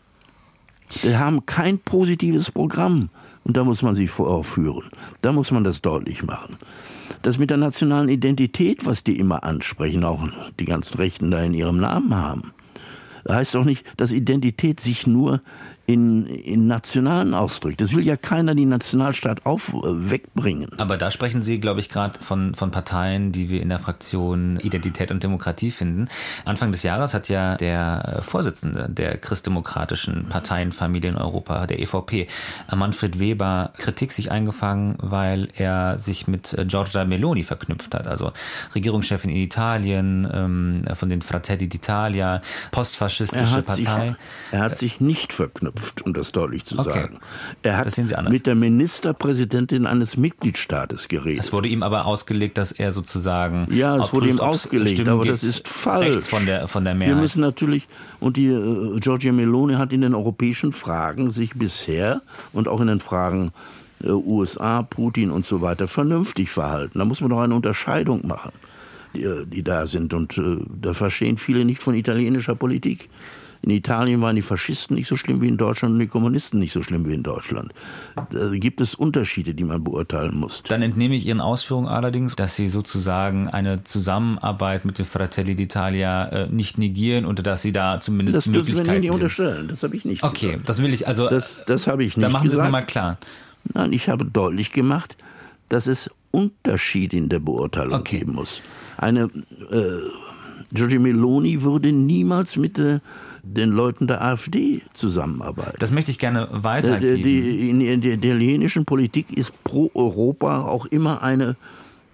Die haben kein positives Programm und da muss man sie vorführen. Da muss man das deutlich machen. Das mit der nationalen Identität, was die immer ansprechen, auch die ganzen Rechten da in ihrem Namen haben, heißt doch nicht, dass Identität sich nur in, in Nationalen ausdrückt. Das will ja keiner den Nationalstaat auf, äh, wegbringen. Aber da sprechen Sie, glaube ich, gerade von, von Parteien, die wir in der Fraktion Identität und Demokratie finden. Anfang des Jahres hat ja der Vorsitzende der christdemokratischen Parteienfamilie in Europa, der E V P, Manfred Weber, Kritik sich eingefangen, weil er sich mit Giorgia Meloni verknüpft hat, also Regierungschefin in Italien, ähm, von den Fratelli d'Italia, postfaschistische Partei. Sich, er hat sich nicht verknüpft, um das deutlich zu okay. sagen. Er hat das sehen Sie anders. Mit der Ministerpräsidentin eines Mitgliedstaates geredet. Es wurde ihm aber ausgelegt, dass er sozusagen ja, es wurde prüft, ihm ausgelegt, aber das ist falsch. Rechts von der von der Mehrheit. Wir müssen natürlich und die äh, Giorgia Meloni hat in den europäischen Fragen sich bisher und auch in den Fragen äh, U S A, Putin und so weiter vernünftig verhalten. Da muss man doch eine Unterscheidung machen, die, die da sind und äh, da verstehen viele nicht von italienischer Politik. In Italien waren die Faschisten nicht so schlimm wie in Deutschland und die Kommunisten nicht so schlimm wie in Deutschland. Da gibt es Unterschiede, die man beurteilen muss. Dann entnehme ich Ihren Ausführungen allerdings, dass Sie sozusagen eine Zusammenarbeit mit den Fratelli d'Italia äh, nicht negieren und dass Sie da zumindest das Möglichkeiten... Das dürfen wir nicht unterstellen, das habe ich nicht okay, gesagt. Okay, das will ich also... Das, das habe ich nicht Da machen gesagt. Sie es nochmal klar. Nein, ich habe deutlich gemacht, dass es Unterschiede in der Beurteilung okay. geben muss. Eine äh, Giorgia Meloni würde niemals mit äh, den Leuten der AfD zusammenarbeiten. Das möchte ich gerne weitergeben. Die, die, in der italienischen Politik ist pro Europa auch immer eine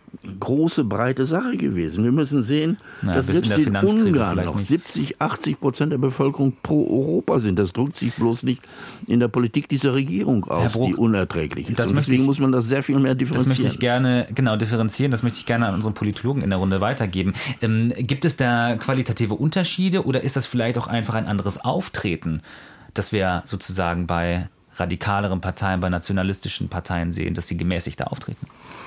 große, breite Sache gewesen. Wir müssen sehen, naja, dass selbst in, in Ungarn noch nicht. siebzig, achtzig Prozent der Bevölkerung pro Europa sind. Das drückt sich bloß nicht in der Politik dieser Regierung aus, Bruch, die unerträglich ist. Und deswegen ich, muss man das sehr viel mehr differenzieren. Das möchte ich gerne, genau, differenzieren. Das möchte ich gerne an unseren Politologen in der Runde weitergeben. Ähm, gibt es da qualitative Unterschiede oder ist das vielleicht auch einfach ein anderes Auftreten, das wir sozusagen bei radikaleren Parteien, bei nationalistischen Parteien sehen, dass sie gemäßigter auftreten?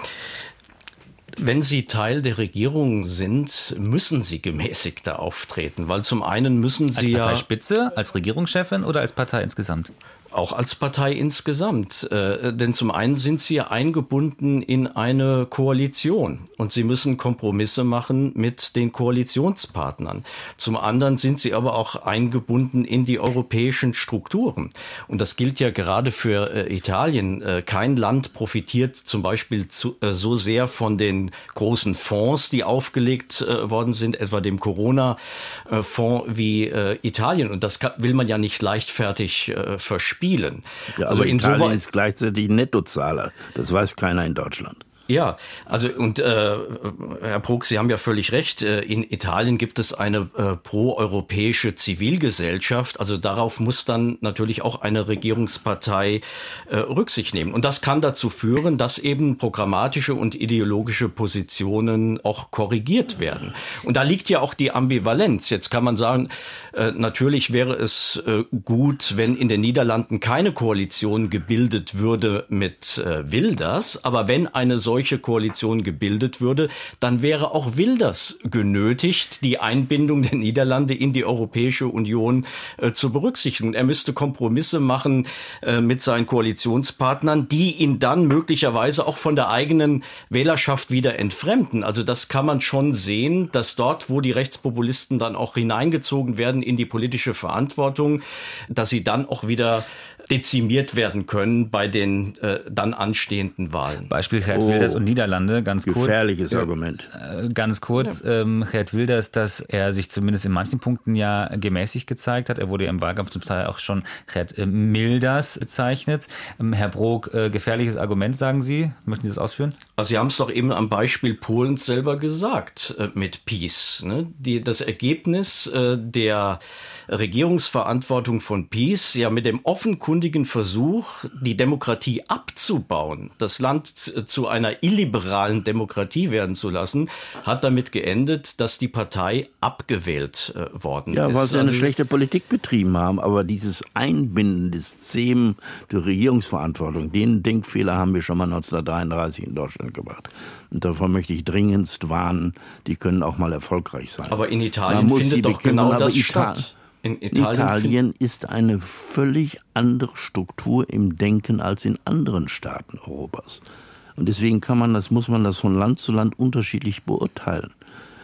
Wenn Sie Teil der Regierung sind, müssen Sie gemäßigter auftreten, weil zum einen müssen Sie als Parteispitze, ja, als Regierungschefin oder als Partei insgesamt? Auch als Partei insgesamt. Äh, denn zum einen sind Sie eingebunden in eine Koalition und Sie müssen Kompromisse machen mit den Koalitionspartnern. Zum anderen sind Sie aber auch eingebunden in die europäischen Strukturen. Und das gilt ja gerade für äh, Italien. Äh, kein Land profitiert zum Beispiel zu, äh, so sehr von den großen Fonds, die aufgelegt äh, worden sind, etwa dem Corona-Fonds wie äh, Italien. Und das kann, will man ja nicht leichtfertig äh, verspielen. Ja, also, also Italien ist gleichzeitig Nettozahler. Das weiß keiner in Deutschland. Ja, also und äh, Herr Brugg, Sie haben ja völlig recht. In Italien gibt es eine äh, proeuropäische Zivilgesellschaft. Also darauf muss dann natürlich auch eine Regierungspartei äh, Rücksicht nehmen. Und das kann dazu führen, dass eben programmatische und ideologische Positionen auch korrigiert werden. Und da liegt ja auch die Ambivalenz. Jetzt kann man sagen, äh, natürlich wäre es äh, gut, wenn in den Niederlanden keine Koalition gebildet würde mit äh, Wilders. Aber wenn eine solche Koalition gebildet würde, dann wäre auch Wilders genötigt, die Einbindung der Niederlande in die Europäische Union äh, zu berücksichtigen. Er müsste Kompromisse machen äh, mit seinen Koalitionspartnern, die ihn dann möglicherweise auch von der eigenen Wählerschaft wieder entfremden. Also das kann man schon sehen, dass dort, wo die Rechtspopulisten dann auch hineingezogen werden in die politische Verantwortung, dass sie dann auch wieder dezimiert werden können bei den äh, dann anstehenden Wahlen. Beispiel Geert Wilders oh, und Niederlande, ganz kurz. Gefährliches Argument. Äh, ganz kurz, ja. ähm, Geert Wilders, dass er sich zumindest in manchen Punkten ja gemäßigt gezeigt hat. Er wurde ja im Wahlkampf zum Teil auch schon Geert äh, Milders bezeichnet. Ähm, Herr Brok, äh, gefährliches Argument, sagen Sie. Möchten Sie das ausführen? Also Sie haben es doch eben am Beispiel Polens selber gesagt äh, mit PiS. Ne? Die, das Ergebnis äh, der Regierungsverantwortung von PiS, ja mit dem offenkundigen Versuch, die Demokratie abzubauen, das Land zu einer illiberalen Demokratie werden zu lassen, hat damit geendet, dass die Partei abgewählt äh, worden ja, ist. Ja, weil sie also eine schlechte Politik betrieben haben, aber dieses Einbinden des Zähmen der Regierungsverantwortung, den Denkfehler haben wir schon mal neunzehnhundertdreiunddreißig in Deutschland gemacht. Und davon möchte ich dringendst warnen, die können auch mal erfolgreich sein. Aber in Italien findet doch genau das statt. In Italien, Italien ist eine völlig andere Struktur im Denken als in anderen Staaten Europas. Und deswegen kann man das, muss man das von Land zu Land unterschiedlich beurteilen.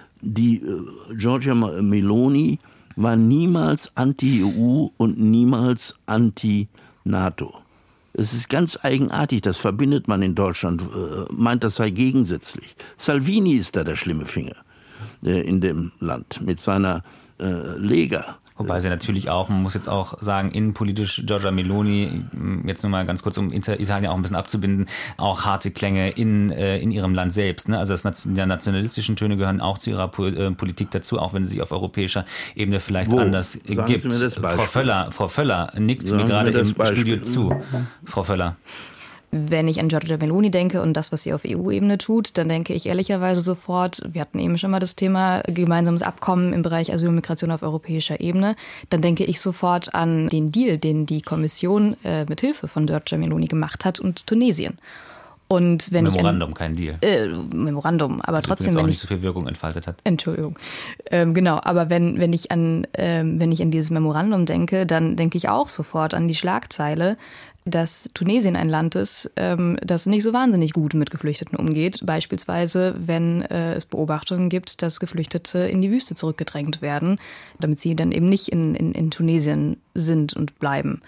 Die äh, Giorgia Meloni war niemals anti-E U und niemals anti-NATO. Es ist ganz eigenartig, das verbindet man in Deutschland, äh, meint, das sei gegensätzlich. Salvini ist da der schlimme Finger äh, in dem Land mit seiner äh, Lega. Wobei sie natürlich auch, man muss jetzt auch sagen, innenpolitisch Giorgia Meloni, jetzt nur mal ganz kurz, um Italien auch ein bisschen abzubinden, auch harte Klänge in, in ihrem Land selbst. Ne? Also das, die nationalistischen Töne gehören auch zu ihrer Politik dazu, auch wenn sie sich auf europäischer Ebene vielleicht Wo? anders Sagen gibt. Frau Völler, Frau Völler nickt Sagen mir gerade im Beispiel. Studio zu. Frau Völler. Wenn ich an Giorgia Meloni denke und das, was sie auf E U-Ebene tut, dann denke ich ehrlicherweise sofort, wir hatten eben schon mal das Thema gemeinsames Abkommen im Bereich Asyl und Migration auf europäischer Ebene, dann denke ich sofort an den Deal, den die Kommission äh, mit Hilfe von Giorgia Meloni gemacht hat und Tunesien. Und wenn Memorandum, ich an, kein Deal. Äh, Memorandum, aber das trotzdem, auch wenn nicht ich so viel Wirkung entfaltet hat. Entschuldigung, ähm, genau. Aber wenn wenn ich an ähm, wenn ich an dieses Memorandum denke, dann denke ich auch sofort an die Schlagzeile, dass Tunesien ein Land ist, ähm, das nicht so wahnsinnig gut mit Geflüchteten umgeht. Beispielsweise, wenn äh, es Beobachtungen gibt, dass Geflüchtete in die Wüste zurückgedrängt werden, damit sie dann eben nicht in in, in Tunesien sind und bleiben.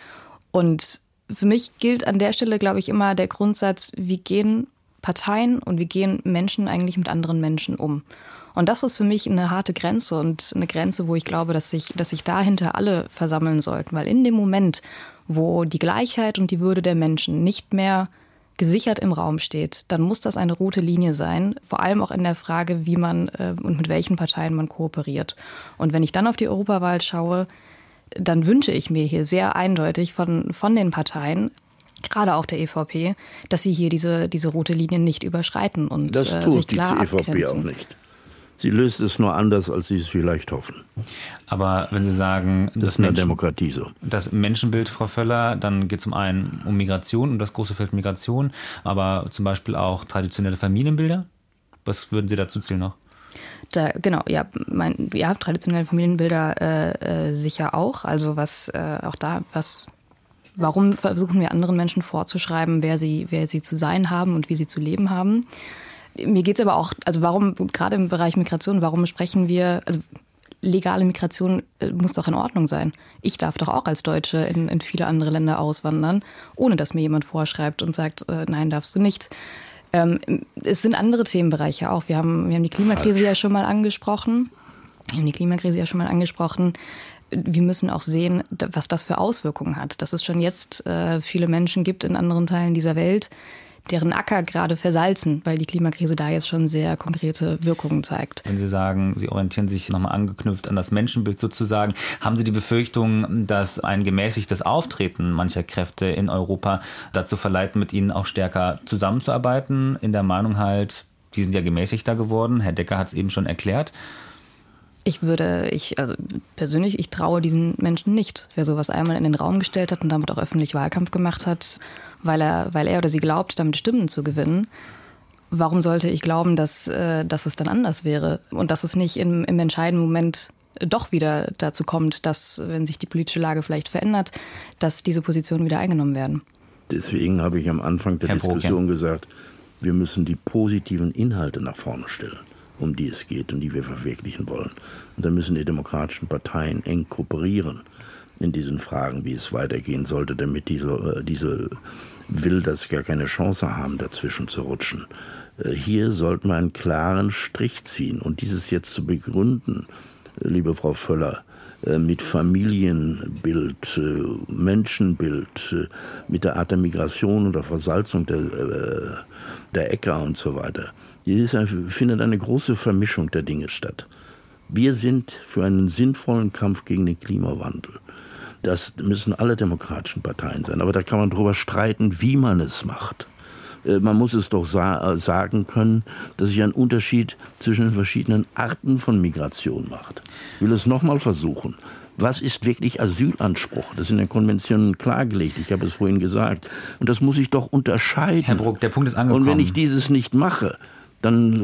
Und für mich gilt an der Stelle, glaube ich, immer der Grundsatz, wie gehen Parteien und wie gehen Menschen eigentlich mit anderen Menschen um? Und das ist für mich eine harte Grenze und eine Grenze, wo ich glaube, dass sich, dass sich dahinter alle versammeln sollten. Weil in dem Moment, wo die Gleichheit und die Würde der Menschen nicht mehr gesichert im Raum steht, dann muss das eine rote Linie sein, vor allem auch in der Frage, wie man äh, und mit welchen Parteien man kooperiert. Und wenn ich dann auf die Europawahl schaue, dann wünsche ich mir hier sehr eindeutig von, von den Parteien, gerade auch der E V P, dass sie hier diese, diese rote Linie nicht überschreiten und das äh, tut sich klar die E V P abgrenzen. auch nicht. Sie löst es nur anders, als Sie es vielleicht hoffen. Aber wenn Sie sagen, das ist in der Demokratie so. Das Menschenbild, Frau Völler, dann geht es zum einen um Migration, um das große Feld Migration, aber zum Beispiel auch traditionelle Familienbilder. Was würden Sie dazu zählen noch? Da, genau, ja, mein, ja, traditionelle Familienbilder äh, äh, sicher auch. Also was äh, auch da, was, warum versuchen wir anderen Menschen vorzuschreiben, wer sie, wer sie zu sein haben und wie sie zu leben haben? Mir geht es aber auch, also warum, gerade im Bereich Migration, warum sprechen wir, also legale Migration muss doch in Ordnung sein. Ich darf doch auch als Deutsche in, in viele andere Länder auswandern, ohne dass mir jemand vorschreibt und sagt, äh, nein, darfst du nicht. Ähm, es sind andere Themenbereiche auch. Wir haben, wir haben die Klimakrise Falsch. ja schon mal angesprochen. Wir haben die Klimakrise ja schon mal angesprochen. Wir müssen auch sehen, was das für Auswirkungen hat. Dass es schon jetzt äh, viele Menschen gibt in anderen Teilen dieser Welt, deren Acker gerade versalzen, weil die Klimakrise da jetzt schon sehr konkrete Wirkungen zeigt. Wenn Sie sagen, Sie orientieren sich nochmal angeknüpft an das Menschenbild sozusagen, haben Sie die Befürchtung, dass ein gemäßigtes Auftreten mancher Kräfte in Europa dazu verleitet, mit Ihnen auch stärker zusammenzuarbeiten? In der Meinung halt, die sind ja gemäßigter geworden. Herr Decker hat es eben schon erklärt. Ich würde, ich, also persönlich, ich traue diesen Menschen nicht. Wer sowas einmal in den Raum gestellt hat und damit auch öffentlich Wahlkampf gemacht hat, weil er, weil er oder sie glaubt, damit Stimmen zu gewinnen, warum sollte ich glauben, dass, äh, dass es dann anders wäre und dass es nicht im, im entscheidenden Moment doch wieder dazu kommt, dass, wenn sich die politische Lage vielleicht verändert, dass diese Positionen wieder eingenommen werden. Deswegen habe ich am Anfang der Herr Diskussion Bruggen. gesagt, wir müssen die positiven Inhalte nach vorne stellen, um die es geht und die wir verwirklichen wollen. Und da müssen die demokratischen Parteien eng kooperieren in diesen Fragen, wie es weitergehen sollte, damit diese, diese Wilders gar keine Chance haben, dazwischen zu rutschen. Hier sollten wir einen klaren Strich ziehen. Und dieses jetzt zu begründen, liebe Frau Völler, mit Familienbild, Menschenbild, mit der Art der Migration oder Versalzung der, der Äcker und so weiter, hier ist, findet eine große Vermischung der Dinge statt. Wir sind für einen sinnvollen Kampf gegen den Klimawandel. Das müssen alle demokratischen Parteien sein. Aber da kann man darüber streiten, wie man es macht. Man muss es doch sa- sagen können, dass sich ein Unterschied zwischen den verschiedenen Arten von Migration macht. Ich will es nochmal versuchen. Was ist wirklich Asylanspruch? Das ist in der Konvention klargelegt. Ich habe es vorhin gesagt. Und das muss ich doch unterscheiden. Herr Brugg, der Punkt ist angekommen. Und wenn ich dieses nicht mache, dann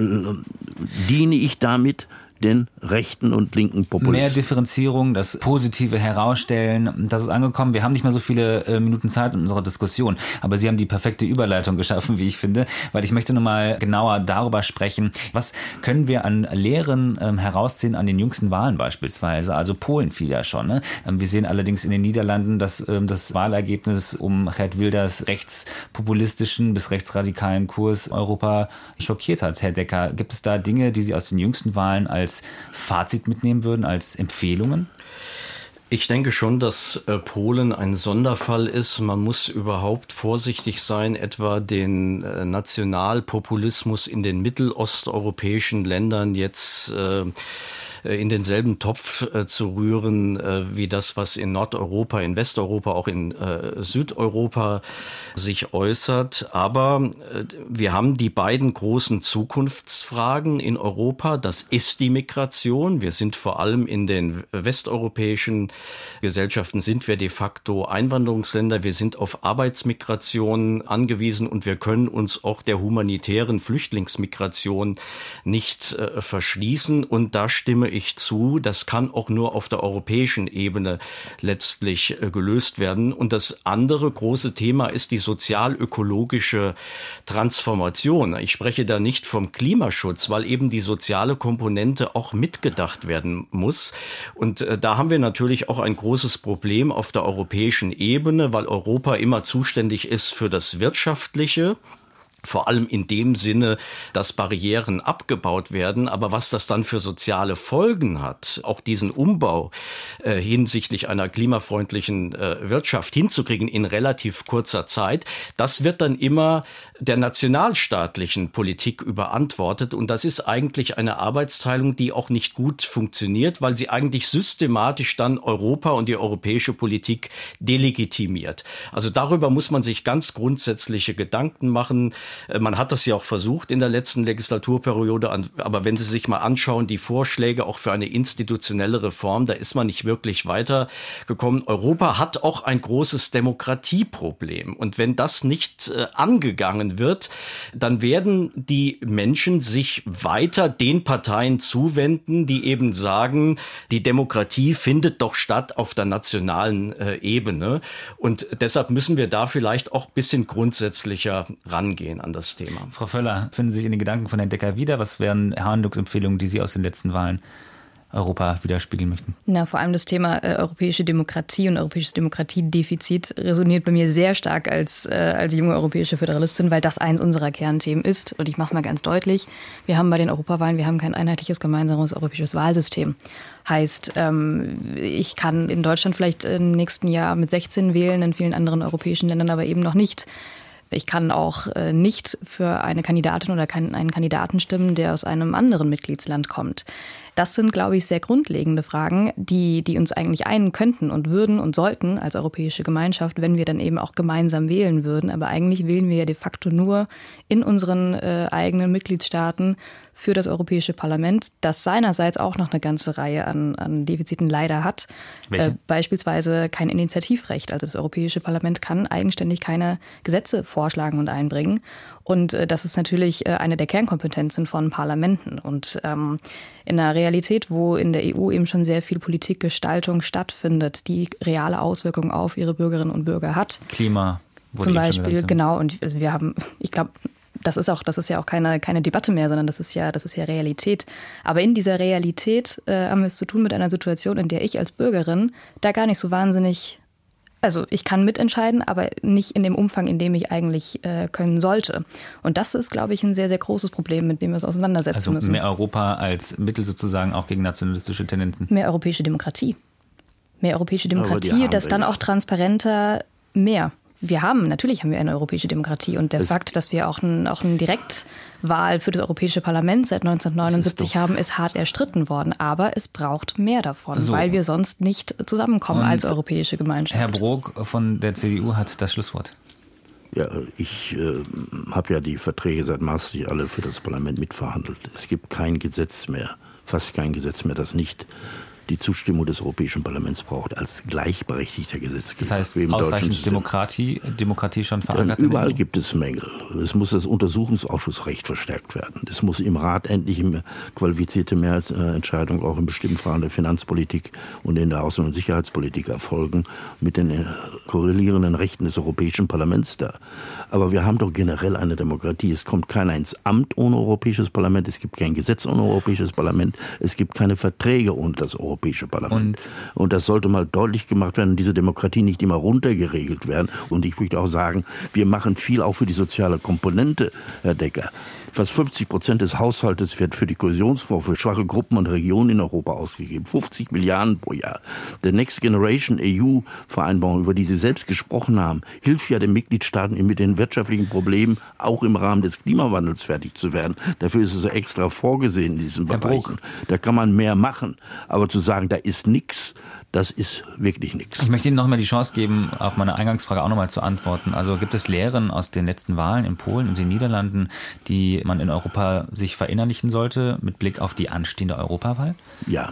diene ich damit den rechten und linken Populisten. Mehr Differenzierung, das Positive herausstellen, das ist angekommen. Wir haben nicht mehr so viele äh, Minuten Zeit in unserer Diskussion, aber Sie haben die perfekte Überleitung geschaffen, wie ich finde, weil ich möchte nochmal genauer darüber sprechen, was können wir an Lehren ähm, herausziehen an den jüngsten Wahlen beispielsweise. Also Polen fiel ja schon. Ne? Ähm, wir sehen allerdings in den Niederlanden, dass ähm, das Wahlergebnis um Geert Wilders rechtspopulistischen bis rechtsradikalen Kurs Europa schockiert hat. Herr Decker, gibt es da Dinge, die Sie aus den jüngsten Wahlen als Fazit mitnehmen würden, als Empfehlungen? Ich denke schon, dass äh, Polen ein Sonderfall ist. Man muss überhaupt vorsichtig sein, etwa den äh, Nationalpopulismus in den mittelosteuropäischen Ländern jetzt äh, in denselben Topf äh, zu rühren, äh, wie das, was in Nordeuropa, in Westeuropa, auch in äh, Südeuropa sich äußert. Aber äh, wir haben die beiden großen Zukunftsfragen in Europa. Das ist die Migration. Wir sind vor allem in den westeuropäischen Gesellschaften sind wir de facto Einwanderungsländer. Wir sind auf Arbeitsmigration angewiesen und wir können uns auch der humanitären Flüchtlingsmigration nicht äh, verschließen. Und da stimme ich zu, das kann auch nur auf der europäischen Ebene letztlich äh, gelöst werden. Und das andere große Thema ist die sozial-ökologische Transformation. Ich spreche da nicht vom Klimaschutz, weil eben die soziale Komponente auch mitgedacht werden muss. Und äh, da haben wir natürlich auch ein großes Problem auf der europäischen Ebene, weil Europa immer zuständig ist für das Wirtschaftliche. Vor allem in dem Sinne, dass Barrieren abgebaut werden. Aber was das dann für soziale Folgen hat, auch diesen Umbau äh, hinsichtlich einer klimafreundlichen äh, Wirtschaft hinzukriegen in relativ kurzer Zeit, das wird dann immer der nationalstaatlichen Politik überantwortet. Und das ist eigentlich eine Arbeitsteilung, die auch nicht gut funktioniert, weil sie eigentlich systematisch dann Europa und die europäische Politik delegitimiert. Also darüber muss man sich ganz grundsätzliche Gedanken machen. Man hat das ja auch versucht in der letzten Legislaturperiode, aber wenn Sie sich mal anschauen, die Vorschläge auch für eine institutionelle Reform, da ist man nicht wirklich weitergekommen. Europa hat auch ein großes Demokratieproblem. Und wenn das nicht äh, angegangen wird, dann werden die Menschen sich weiter den Parteien zuwenden, die eben sagen, die Demokratie findet doch statt auf der nationalen äh, Ebene. Und deshalb müssen wir da vielleicht auch ein bisschen grundsätzlicher rangehen an das Thema. Frau Völler, finden Sie sich in den Gedanken von Herrn Decker wieder? Was wären Handlungsempfehlungen, die Sie aus den letzten Wahlen Europa widerspiegeln möchten? Na, vor allem das Thema äh, europäische Demokratie und europäisches Demokratiedefizit resoniert bei mir sehr stark als, äh, als junge europäische Föderalistin, weil das eins unserer Kernthemen ist. Und ich mache es mal ganz deutlich, wir haben bei den Europawahlen, wir haben kein einheitliches gemeinsames europäisches Wahlsystem. Heißt, ähm, ich kann in Deutschland vielleicht im nächsten Jahr mit sechzehn wählen, in vielen anderen europäischen Ländern aber eben noch nicht. Ich kann auch äh, nicht für eine Kandidatin oder einen Kandidaten stimmen, der aus einem anderen Mitgliedsland kommt. Das sind, glaube ich, sehr grundlegende Fragen, die, die uns eigentlich einen könnten und würden und sollten als europäische Gemeinschaft, wenn wir dann eben auch gemeinsam wählen würden. Aber eigentlich wählen wir ja de facto nur in unseren äh, eigenen Mitgliedstaaten für das Europäische Parlament, das seinerseits auch noch eine ganze Reihe an, an Defiziten leider hat. Welche? Äh, beispielsweise kein Initiativrecht. Also das Europäische Parlament kann eigenständig keine Gesetze vorschlagen und einbringen. Und äh, das ist natürlich äh, eine der Kernkompetenzen von Parlamenten. Und ähm, in einer Realität, wo in der E U eben schon sehr viel Politikgestaltung stattfindet, die reale Auswirkungen auf ihre Bürgerinnen und Bürger hat. Klima. Zum Beispiel, genau. Und also wir haben, ich glaube, Das ist auch, das ist ja auch keine, keine Debatte mehr, sondern das ist ja, das ist ja Realität. Aber in dieser Realität äh, haben wir es zu tun mit einer Situation, in der ich als Bürgerin da gar nicht so wahnsinnig, also ich kann mitentscheiden, aber nicht in dem Umfang, in dem ich eigentlich äh, können sollte. Und das ist, glaube ich, ein sehr, sehr großes Problem, mit dem wir uns auseinandersetzen also müssen. Mehr Europa als Mittel sozusagen auch gegen nationalistische Tendenzen. Mehr europäische Demokratie. Mehr europäische Demokratie, das dann auch transparenter mehr. Wir haben, natürlich haben wir eine europäische Demokratie und der es Fakt, dass wir auch, ein, auch eine Direktwahl für das Europäische Parlament seit neunzehnhundertneunundsiebzig ist haben, ist hart erstritten worden. Aber es braucht mehr davon, so. weil wir sonst nicht zusammenkommen und als europäische Gemeinschaft. Herr Brok von der C D U hat das Schlusswort. Ja, ich äh, habe ja die Verträge seit Maastricht alle für das Parlament mitverhandelt. Es gibt kein Gesetz mehr, fast kein Gesetz mehr, das nicht die Zustimmung des Europäischen Parlaments braucht als gleichberechtigter Gesetzgeber. Das heißt, ausreichend Demokratie, Demokratie schon verankert? Ja, überall gibt es Mängel. Es muss das Untersuchungsausschussrecht verstärkt werden. Es muss im Rat endlich eine qualifizierte Mehrheitsentscheidung auch in bestimmten Fragen der Finanzpolitik und in der Außen- und Sicherheitspolitik erfolgen, mit den korrelierenden Rechten des Europäischen Parlaments da. Aber wir haben doch generell eine Demokratie. Es kommt keiner ins Amt ohne Europäisches Parlament. Es gibt kein Gesetz ohne Europäisches Parlament. Es gibt keine Verträge ohne das Europäische Europäische Parlament. Und, und das sollte mal deutlich gemacht werden, diese Demokratie nicht immer runtergeregelt werden. Und ich möchte auch sagen, wir machen viel auch für die soziale Komponente, Herr Decker. Fast fünfzig Prozent des Haushaltes wird für die Kohäsionsfonds, für schwache Gruppen und Regionen in Europa ausgegeben. fünfzig Milliarden pro Jahr. Der Next Generation E U-Vereinbarung, über die Sie selbst gesprochen haben, hilft ja den Mitgliedstaaten mit den wirtschaftlichen Problemen auch im Rahmen des Klimawandels fertig zu werden. Dafür ist es extra vorgesehen in diesen Herr Bereichen. Brok. Da kann man mehr machen. Aber zu sagen, da ist nichts, das ist wirklich nichts. Ich möchte Ihnen noch mal die Chance geben, auf meine Eingangsfrage auch noch mal zu antworten. Also gibt es Lehren aus den letzten Wahlen in Polen und den Niederlanden, die man in Europa sich verinnerlichen sollte mit Blick auf die anstehende Europawahl? Ja.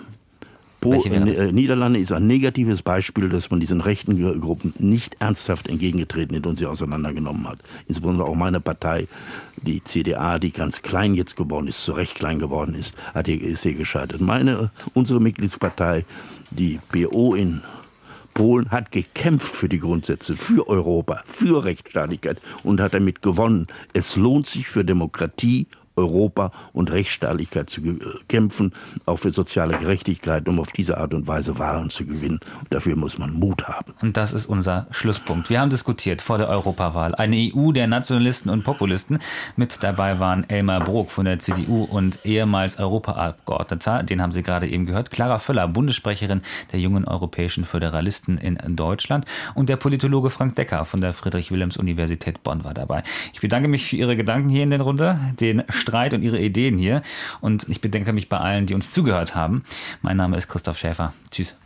Polen, äh, Niederlande ist ein negatives Beispiel, dass man diesen rechten Gruppen nicht ernsthaft entgegengetreten ist und sie auseinandergenommen hat. Insbesondere auch meine Partei, die C D A, die ganz klein jetzt geworden ist, zu Recht klein geworden ist, hat hier, ist hier gescheitert. Meine, unsere Mitgliedspartei, die B O in Polen, hat gekämpft für die Grundsätze, für Europa, für Rechtsstaatlichkeit und hat damit gewonnen. Es lohnt sich für Demokratie Europa und Rechtsstaatlichkeit zu kämpfen, auch für soziale Gerechtigkeit, um auf diese Art und Weise Wahlen zu gewinnen. Und dafür muss man Mut haben. Und das ist unser Schlusspunkt. Wir haben diskutiert vor der Europawahl. Eine E U der Nationalisten und Populisten. Mit dabei waren Elmar Brok von der C D U und ehemals Europaabgeordneter, den haben Sie gerade eben gehört, Clara Völler, Bundessprecherin der Jungen Europäischen Föderalisten in Deutschland, und der Politologe Frank Decker von der Friedrich-Wilhelms-Universität Bonn war dabei. Ich bedanke mich für Ihre Gedanken hier in der Runde, den Streit und Ihre Ideen hier, und ich bedanke mich bei allen, die uns zugehört haben. Mein Name ist Christoph Schäfer. Tschüss.